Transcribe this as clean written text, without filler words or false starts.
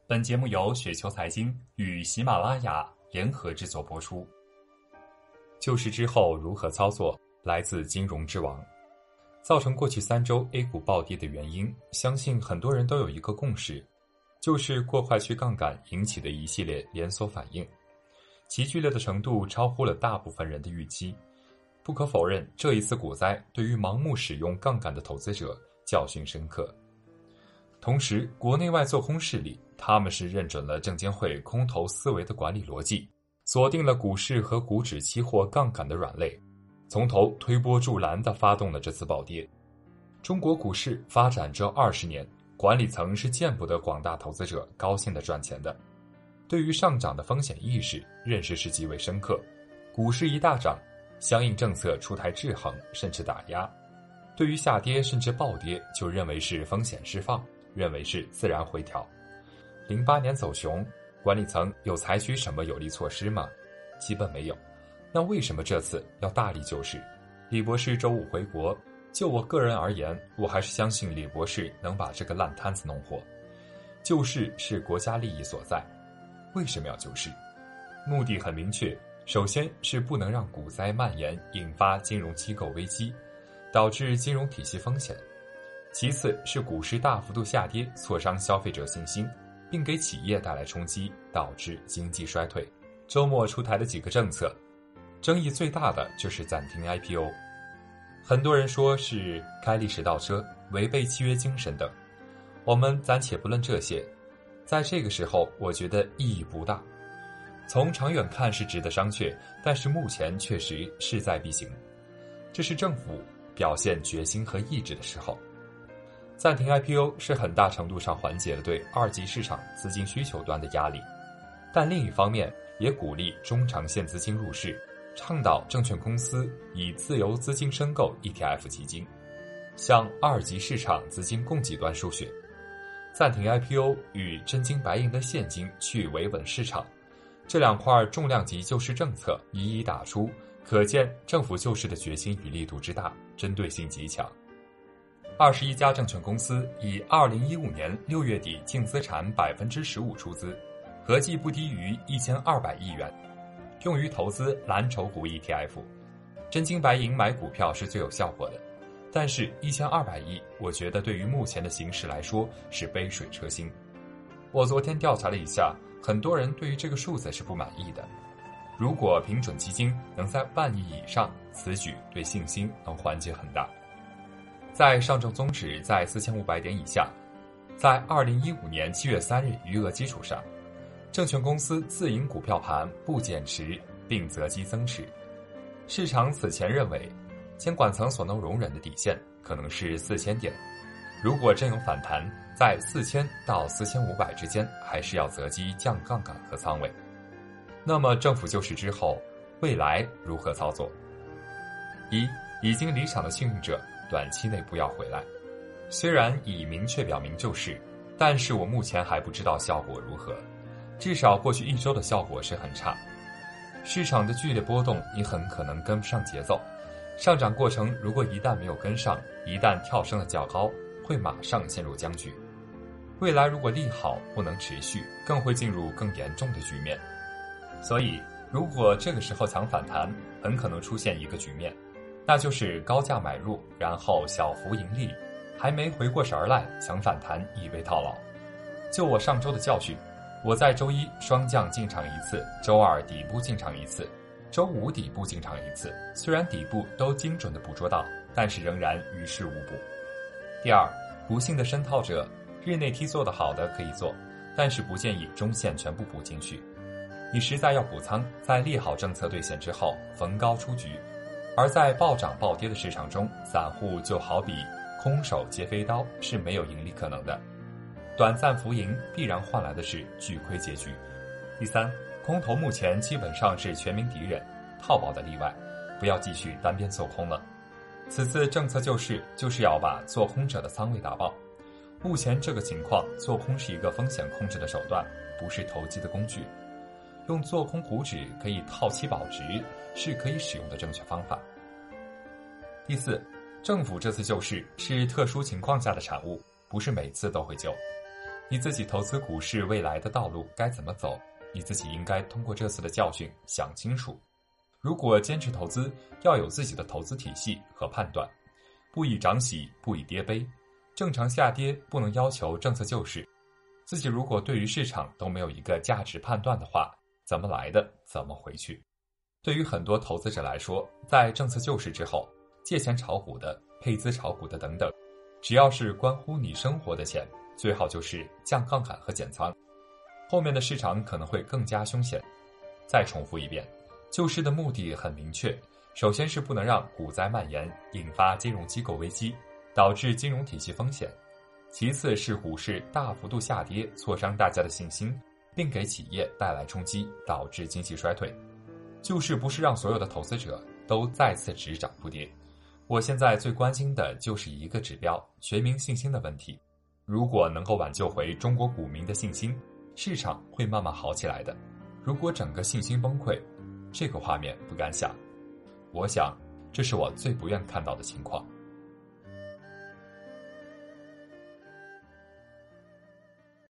本节目由雪球财经与喜马拉雅联合制作播出。救市之后如何操作？来自金融之王。造成过去3周 A 股暴跌的原因，相信很多人都有一个共识，就是过快去杠杆引起的一系列连锁反应，其剧烈的程度超乎了大部分人的预期。不可否认，这一次股灾对于盲目使用杠杆的投资者教训深刻。同时，国内外做空势力，他们是认准了证监会空头思维的管理逻辑，锁定了股市和股指期货杠杆的软肋，从头推波助澜地发动了这次暴跌。中国股市发展这20年，管理层是见不得广大投资者高兴地赚钱的，对于上涨的风险意识认识是极为深刻。股市一大涨，相应政策出台制衡甚至打压，对于下跌甚至暴跌就认为是风险释放，认为是自然回调。08年走熊，管理层有采取什么有力措施吗？基本没有。那为什么这次要大力救市？李博士周5回国，就我个人而言，我还是相信李博士能把这个烂摊子弄活。救市是国家利益所在。为什么要救市？目的很明确，首先是不能让股灾蔓延，引发金融机构危机，导致金融体系风险。其次是股市大幅度下跌，挫伤消费者信心，并给企业带来冲击，导致经济衰退。周末出台的几个政策，争议最大的就是暂停 IPO， 很多人说是开历史倒车，违背契约精神等。我们暂且不论这些，在这个时候我觉得意义不大。从长远看是值得商榷，但是目前确实势在必行，这是政府表现决心和意志的时候。暂停 IPO 是很大程度上缓解了对二级市场资金需求端的压力，但另一方面也鼓励中长线资金入市，倡导证券公司以自由资金申购 ETF 基金，向二级市场资金供给端输血。暂停 IPO 与真金白银的现金去维稳市场，这2块重量级救市政策一一打出，可见政府救市的决心与力度之大，针对性极强。21家证券公司以2015年6月底净资产 15% 出资，合计不低于1200亿元，用于投资蓝筹股 ETF。 真金白银买股票是最有效果的，但是1200亿我觉得对于目前的形势来说是杯水车薪。我昨天调查了一下，很多人对于这个数字是不满意的。如果平准基金能在10000亿以上，此举对信心能缓解很大。在上证综指在4500点以下，在2015年7月3日余额基础上，证券公司自营股票盘不减持并择机增持。市场此前认为监管层所能容忍的底线可能是4000点，如果真有反弹，在4000到4500之间还是要择机降杠杆和仓位。那么政府救市之后，未来如何操作？已经离场的幸运者短期内不要回来。虽然已明确表明救市，但是我目前还不知道效果如何，至少过去1周的效果是很差。市场的剧烈波动，你很可能跟不上节奏，上涨过程如果一旦没有跟上，一旦跳升的较高，会马上陷入僵局。未来如果利好不能持续，更会进入更严重的局面。所以如果这个时候抢反弹，很可能出现一个局面，那就是高价买入，然后小幅盈利，还没回过神来抢反弹已被套牢。就我上周的教训，我在周一双降进场1次，周二底部进场1次，周五底部进场1次，虽然底部都精准的捕捉到，但是仍然于事无补。第二，不幸的深套者，日内梯做得好的可以做，但是不建议中线全部补进去。你实在要补仓，在利好政策兑现之后逢高出局。而在暴涨暴跌的市场中，散户就好比空手接飞刀，是没有盈利可能的。短暂浮盈必然换来的是巨亏结局。第三，空头目前基本上是全民敌人，套保的例外，不要继续单边做空了。此次政策救市就是要把做空者的仓位打爆。目前这个情况，做空是一个风险控制的手段，不是投机的工具。用做空股指可以套期保值，是可以使用的正确方法。第四，政府这次救市是特殊情况下的产物，不是每次都会救。 你自己投资股市未来的道路该怎么走，你自己应该通过这次的教训想清楚。如果坚持投资，要有自己的投资体系和判断，不以涨喜，不以跌悲。正常下跌不能要求政策救市，自己如果对于市场都没有一个价值判断的话，怎么来的怎么回去。对于很多投资者来说，在政策救市之后，借钱炒股的、配资炒股的等等，只要是关乎你生活的钱，最好就是降杠杆和减仓，后面的市场可能会更加凶险。再重复一遍，救市的目的很明确，首先是不能让股灾蔓延，引发金融机构危机，导致金融体系风险；其次是股市大幅度下跌，挫伤大家的信心，并给企业带来冲击，导致经济衰退。救市不是让所有的投资者都再次只涨不跌。我现在最关心的就是一个指标，全民信心的问题。如果能够挽救回中国股民的信心，市场会慢慢好起来的。如果整个信心崩溃，这个画面不敢想。我想，这是我最不愿看到的情况。